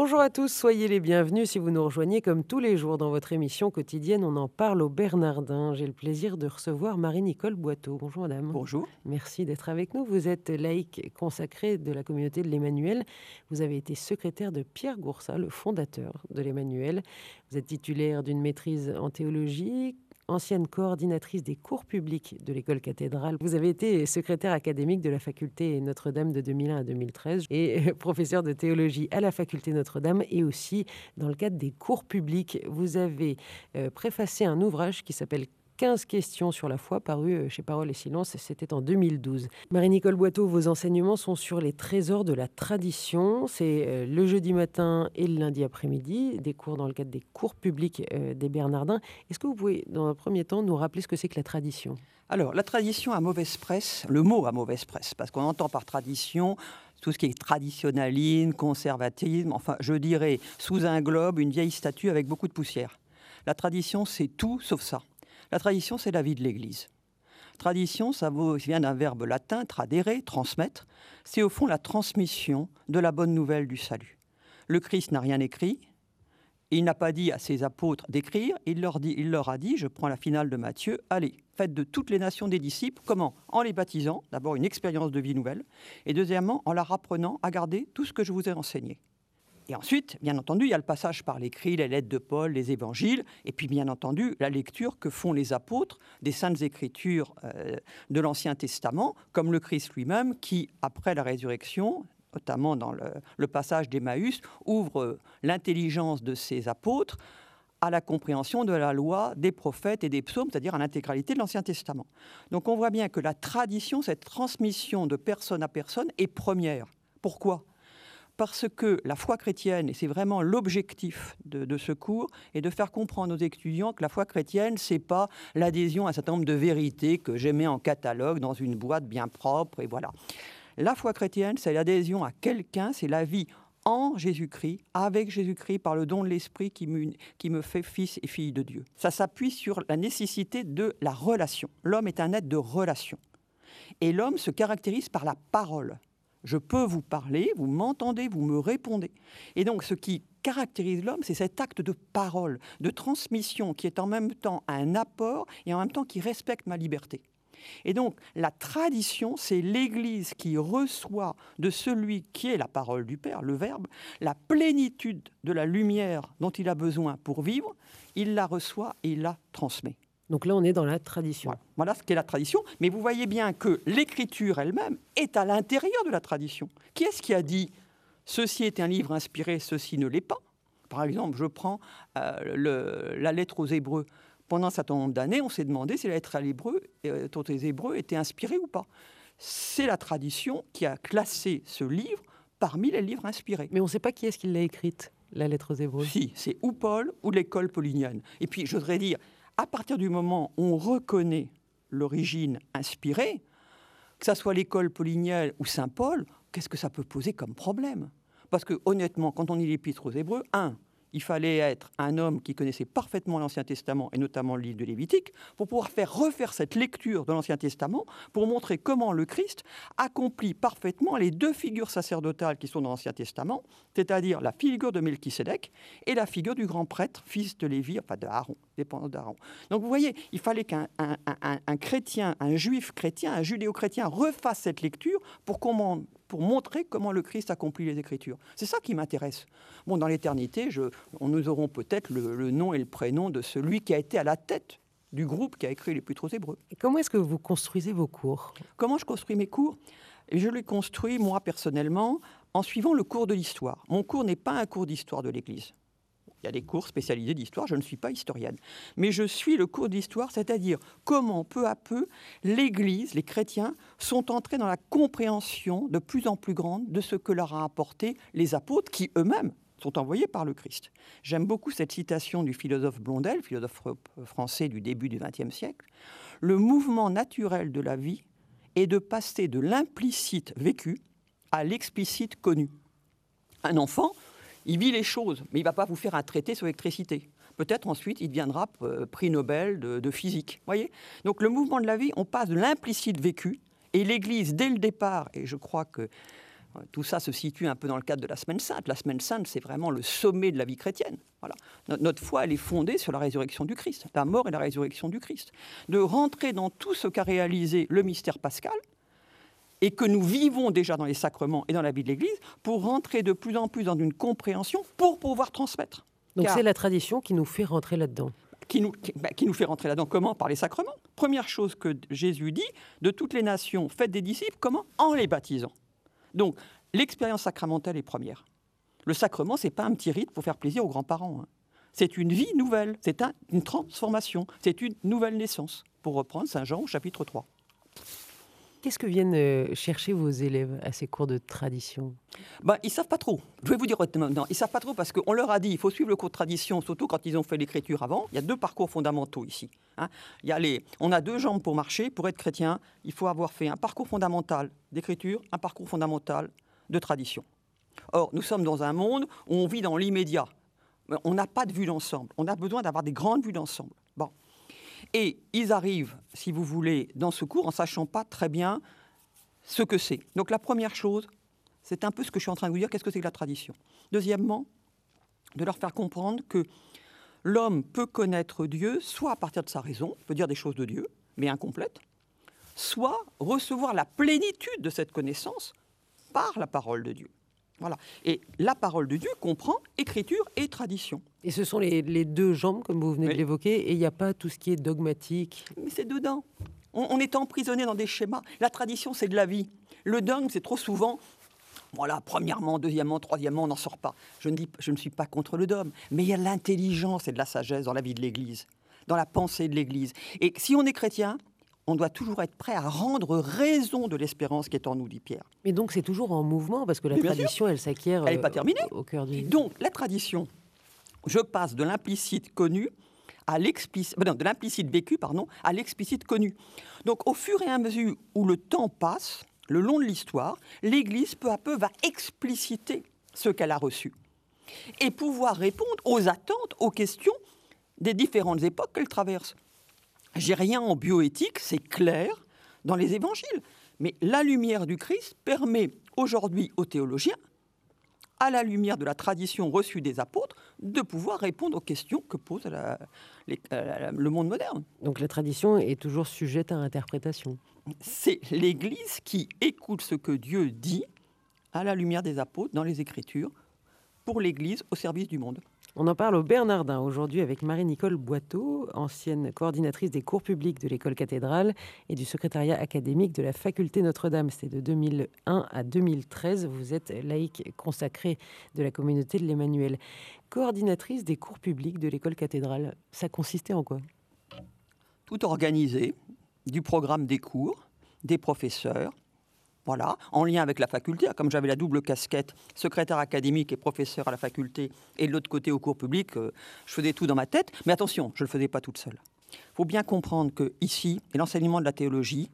Bonjour à tous, soyez les bienvenus si vous nous rejoignez comme tous les jours dans votre émission quotidienne On en parle au Bernardin. J'ai le plaisir de recevoir Marie-Nicole Boiteau. Bonjour madame. Bonjour. Merci d'être avec nous. Vous êtes laïque consacrée de la communauté de l'Emmanuel. Vous avez été secrétaire de Pierre Goursat, le fondateur de l'Emmanuel. Vous êtes titulaire d'une maîtrise en théologie, ancienne coordinatrice des cours publics de l'école cathédrale. Vous avez été secrétaire académique de la faculté Notre-Dame de 2001 à 2013 et professeur de théologie à la faculté Notre-Dame et aussi dans le cadre des cours publics. Vous avez préfacé un ouvrage qui s'appelle 15 questions sur la foi, paru chez Parole et Silence, c'était en 2012. Marie-Nicole Boiteau, vos enseignements sont sur les trésors de la tradition. C'est le jeudi matin et le lundi après-midi, des cours dans le cadre des cours publics des Bernardins. Est-ce que vous pouvez, dans un premier temps, nous rappeler ce que c'est que la tradition ? Alors, la tradition a mauvaise presse, le mot a mauvaise presse, parce qu'on entend par tradition tout ce qui est traditionnalisme, conservatisme, enfin, je dirais, sous un globe, une vieille statue avec beaucoup de poussière. La tradition, c'est tout sauf ça. La tradition, c'est la vie de l'Église. Tradition, ça vient d'un verbe latin, tradere, transmettre. C'est au fond la transmission de la bonne nouvelle du salut. Le Christ n'a rien écrit. Il n'a pas dit à ses apôtres d'écrire. Il leur a dit, je prends la finale de Matthieu, allez, faites de toutes les nations des disciples. Comment ? En les baptisant, d'abord une expérience de vie nouvelle, et deuxièmement, en leur apprenant à garder tout ce que je vous ai enseigné. Et ensuite, bien entendu, il y a le passage par l'écrit, les lettres de Paul, les évangiles, et puis bien entendu, la lecture que font les apôtres des saintes écritures de l'Ancien Testament, comme le Christ lui-même, qui, après la résurrection, notamment dans le passage d'Emmaüs, ouvre l'intelligence de ses apôtres à la compréhension de la loi, des prophètes et des psaumes, c'est-à-dire à l'intégralité de l'Ancien Testament. Donc on voit bien que la tradition, cette transmission de personne à personne, est première. Pourquoi ? Parce que la foi chrétienne, et c'est vraiment l'objectif de ce cours, est de faire comprendre aux étudiants que la foi chrétienne, ce n'est pas l'adhésion à un certain nombre de vérités que j'ai mis en catalogue dans une boîte bien propre, et voilà. La foi chrétienne, c'est l'adhésion à quelqu'un, c'est la vie en Jésus-Christ, avec Jésus-Christ, par le don de l'Esprit qui me fait fils et fille de Dieu. Ça s'appuie sur la nécessité de la relation. L'homme est un être de relation. Et l'homme se caractérise par la parole. Je peux vous parler, vous m'entendez, vous me répondez. Et donc, ce qui caractérise l'homme, c'est cet acte de parole, de transmission, qui est en même temps un apport et en même temps qui respecte ma liberté. Et donc, la tradition, c'est l'Église qui reçoit de celui qui est la parole du Père, le Verbe, la plénitude de la lumière dont il a besoin pour vivre. Il la reçoit et il la transmet. Donc là, on est dans la tradition. Voilà ce qu'est la tradition. Mais vous voyez bien que l'écriture elle-même est à l'intérieur de la tradition. Qui est-ce qui a dit « ceci est un livre inspiré, ceci ne l'est pas » ? Par exemple, je prends la lettre aux Hébreux. Pendant un certain nombre d'années, on s'est demandé si la lettre aux Hébreux était inspirée ou pas. C'est la tradition qui a classé ce livre parmi les livres inspirés. Mais on ne sait pas qui est-ce qui l'a écrite, la lettre aux Hébreux. Si, c'est ou Paul ou l'école paulinienne. Et puis, je voudrais dire, à partir du moment où on reconnaît l'origine inspirée, que ce soit l'école paulinienne ou Saint Paul, qu'est-ce que ça peut poser comme problème ? Parce que honnêtement, quand on lit l'Épître aux Hébreux, il fallait être un homme qui connaissait parfaitement l'Ancien Testament, et notamment le livre de Lévitique, pour pouvoir refaire cette lecture de l'Ancien Testament, pour montrer comment le Christ accomplit parfaitement les deux figures sacerdotales qui sont dans l'Ancien Testament, c'est-à-dire la figure de Melchisédek et la figure du grand prêtre, fils de Lévi, enfin de Aaron, dépendant d'Aaron. Donc vous voyez, il fallait qu'un chrétien, un juif chrétien, un judéo-chrétien refasse cette lecture pour montrer comment le Christ accomplit les Écritures. C'est ça qui m'intéresse. Bon, dans l'éternité, nous aurons peut-être le nom et le prénom de celui qui a été à la tête du groupe qui a écrit l'Épître aux Hébreux. Et comment est-ce que vous construisez vos cours ? Comment je construis mes cours ? Je les construis, moi, personnellement, en suivant le cours de l'histoire. Mon cours n'est pas un cours d'histoire de l'Église. Il y a des cours spécialisés d'histoire, je ne suis pas historienne. Mais je suis le cours d'histoire, c'est-à-dire comment, peu à peu, l'Église, les chrétiens, sont entrés dans la compréhension de plus en plus grande de ce que leur a apporté les apôtres, qui eux-mêmes sont envoyés par le Christ. J'aime beaucoup cette citation du philosophe Blondel, philosophe français du début du XXe siècle. Le mouvement naturel de la vie est de passer de l'implicite vécu à l'explicite connu. Un enfant, il vit les choses, mais il ne va pas vous faire un traité sur l'électricité. Peut-être ensuite, il deviendra prix Nobel de physique. Voyez ? Donc le mouvement de la vie, on passe de l'implicite vécu, et l'Église, dès le départ, et je crois que Tout ça se situe un peu dans le cadre de la Semaine Sainte. La Semaine Sainte, c'est vraiment le sommet de la vie chrétienne. Voilà. Notre foi, elle est fondée sur la résurrection du Christ, la mort et la résurrection du Christ. De rentrer dans tout ce qu'a réalisé le mystère pascal, et que nous vivons déjà dans les sacrements et dans la vie de l'Église, pour rentrer de plus en plus dans une compréhension pour pouvoir transmettre. Donc c'est la tradition qui nous fait rentrer là-dedans. Qui nous fait rentrer là-dedans. Comment? Par les sacrements. Première chose que Jésus dit, de toutes les nations, faites des disciples. Comment? En les baptisant. Donc, l'expérience sacramentelle est première. Le sacrement, ce n'est pas un petit rite pour faire plaisir aux grands-parents. Hein. C'est une vie nouvelle, c'est une transformation, c'est une nouvelle naissance, pour reprendre Saint Jean au chapitre 3. Qu'est-ce que viennent chercher vos élèves à ces cours de tradition? Ils ne savent pas trop. Je vais vous dire maintenant, ils ne savent pas trop parce qu'on leur a dit qu'il faut suivre le cours de tradition, surtout quand ils ont fait l'écriture avant. Il y a 2 parcours fondamentaux ici. Hein. On a 2 jambes pour marcher. Pour être chrétien, il faut avoir fait un parcours fondamental d'écriture, un parcours fondamental de tradition. Or, nous sommes dans un monde où on vit dans l'immédiat. On n'a pas de vue d'ensemble. On a besoin d'avoir des grandes vues d'ensemble. Bon. Et ils arrivent, si vous voulez, dans ce cours en ne sachant pas très bien ce que c'est. Donc la première chose, c'est un peu ce que je suis en train de vous dire, qu'est-ce que c'est que la tradition. Deuxièmement, de leur faire comprendre que l'homme peut connaître Dieu, soit à partir de sa raison, peut dire des choses de Dieu, mais incomplètes, soit recevoir la plénitude de cette connaissance par la parole de Dieu. Voilà. Et la parole de Dieu comprend écriture et tradition. Et ce sont les 2 jambes, comme vous venez de l'évoquer, et il n'y a pas tout ce qui est dogmatique. Mais c'est dedans. On est emprisonné dans des schémas. La tradition, c'est de la vie. Le dogme, c'est trop souvent, voilà, premièrement, deuxièmement, troisièmement, on n'en sort pas. Je ne suis pas contre le dogme, mais il y a l'intelligence et de la sagesse dans la vie de l'Église, dans la pensée de l'Église. Et si on est chrétien, on doit toujours être prêt à rendre raison de l'espérance qui est en nous, dit Pierre. Mais donc c'est toujours en mouvement, parce que la tradition, elle s'acquiert elle n'est pas terminée. Au cœur du... Donc la tradition, je passe de l'implicite connu à l'explicite, de l'implicite vécu, à l'explicite connu. Donc au fur et à mesure où le temps passe, le long de l'histoire, l'Église peu à peu va expliciter ce qu'elle a reçu et pouvoir répondre aux attentes, aux questions des différentes époques qu'elle traverse. J'ai rien en bioéthique, c'est clair dans les évangiles. Mais la lumière du Christ permet aujourd'hui aux théologiens, à la lumière de la tradition reçue des apôtres, de pouvoir répondre aux questions que pose le monde moderne. Donc la tradition est toujours sujette à interprétation. C'est l'Église qui écoute ce que Dieu dit à la lumière des apôtres dans les Écritures pour l'Église au service du monde. On en parle au Bernardin aujourd'hui avec Marie-Nicole Boiteau, ancienne coordinatrice des cours publics de l'école cathédrale et du secrétariat académique de la faculté Notre-Dame. C'était de 2001 à 2013. Vous êtes laïque consacrée de la communauté de l'Emmanuel. Coordinatrice des cours publics de l'école cathédrale, ça consistait en quoi? Tout organisé, du programme des cours, des professeurs, voilà, en lien avec la faculté, comme j'avais la double casquette, secrétaire académique et professeur à la faculté, et de l'autre côté au cours public, je faisais tout dans ma tête. Mais attention, je ne le faisais pas toute seule. Il faut bien comprendre qu'ici, l'enseignement de la théologie,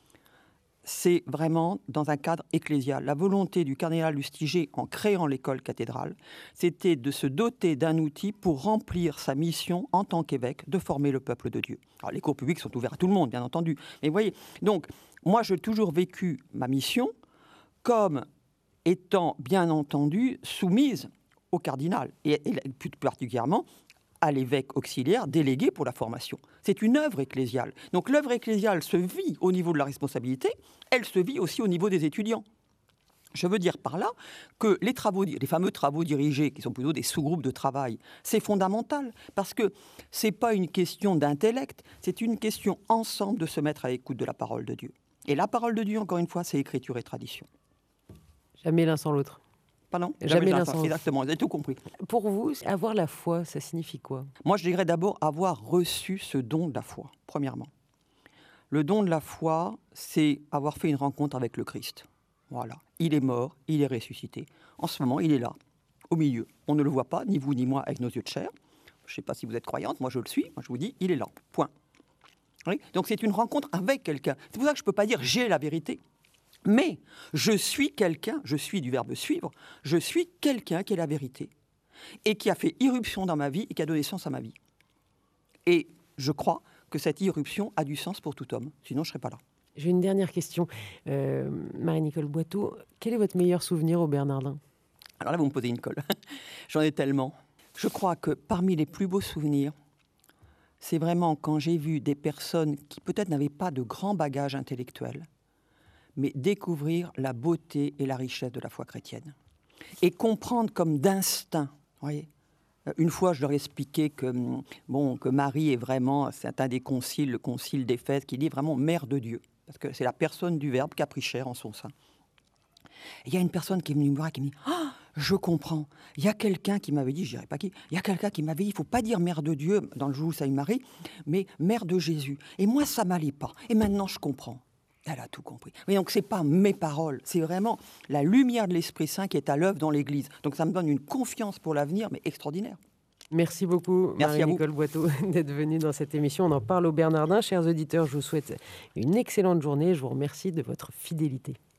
c'est vraiment dans un cadre ecclésial. La volonté du cardinal Lustiger, en créant l'école cathédrale, c'était de se doter d'un outil pour remplir sa mission en tant qu'évêque, de former le peuple de Dieu. Alors, les cours publics sont ouverts à tout le monde, bien entendu. Mais vous voyez, donc, moi, j'ai toujours vécu ma mission comme étant, bien entendu, soumise au cardinal, et plus particulièrement à l'évêque auxiliaire délégué pour la formation. C'est une œuvre ecclésiale. Donc l'œuvre ecclésiale se vit au niveau de la responsabilité, elle se vit aussi au niveau des étudiants. Je veux dire par là que les fameux travaux dirigés, qui sont plutôt des sous-groupes de travail, c'est fondamental, parce que ce n'est pas une question d'intellect, c'est une question ensemble de se mettre à l'écoute de la parole de Dieu. Et la parole de Dieu, encore une fois, c'est écriture et tradition. Jamais l'un sans l'autre. Pardon ? Jamais l'un sans l'autre. Exactement, vous avez tout compris. Pour vous, avoir la foi, ça signifie quoi? Moi, je dirais d'abord avoir reçu ce don de la foi, premièrement. Le don de la foi, c'est avoir fait une rencontre avec le Christ. Voilà. Il est mort, il est ressuscité. En ce moment, il est là, au milieu. On ne le voit pas, ni vous ni moi, avec nos yeux de chair. Je ne sais pas si vous êtes croyante, moi je le suis. Moi je vous dis, il est là, point. Oui. Donc c'est une rencontre avec quelqu'un. C'est pour ça que je ne peux pas dire j'ai la vérité. Mais je suis quelqu'un, je suis du verbe suivre, je suis quelqu'un qui est la vérité et qui a fait irruption dans ma vie et qui a donné sens à ma vie. Et je crois que cette irruption a du sens pour tout homme, sinon je ne serais pas là. J'ai une dernière question. Marie-Nicole Boiteau, quel est votre meilleur souvenir au Bernardin? Alors là, vous me posez une colle. J'en ai tellement. Je crois que parmi les plus beaux souvenirs, c'est vraiment quand j'ai vu des personnes qui peut-être n'avaient pas de grand bagage intellectuel, mais découvrir la beauté et la richesse de la foi chrétienne. Et comprendre comme d'instinct, voyez. Une fois, je leur ai expliqué que Marie est vraiment, c'est un des conciles, le concile d'Éphèse, qui dit vraiment mère de Dieu, parce que c'est la personne du Verbe qui a pris chair en son sein. Et il y a une personne qui est venue me voir et qui me dit « Ah, je comprends. Il y a quelqu'un qui m'avait dit, je ne dirais pas qui, il y a quelqu'un qui m'avait dit, il ne faut pas dire mère de Dieu dans le jour où ça Marie, mais mère de Jésus. Et moi, ça ne m'allait pas. Et maintenant, je comprends. » Elle a tout compris. Mais donc, ce n'est pas mes paroles, c'est vraiment la lumière de l'Esprit Saint qui est à l'œuvre dans l'Église. Donc, ça me donne une confiance pour l'avenir, mais extraordinaire. Merci beaucoup, Marie-Nicole Boiteau, d'être venue dans cette émission. On en parle au Bernardin. Chers auditeurs, je vous souhaite une excellente journée. Je vous remercie de votre fidélité.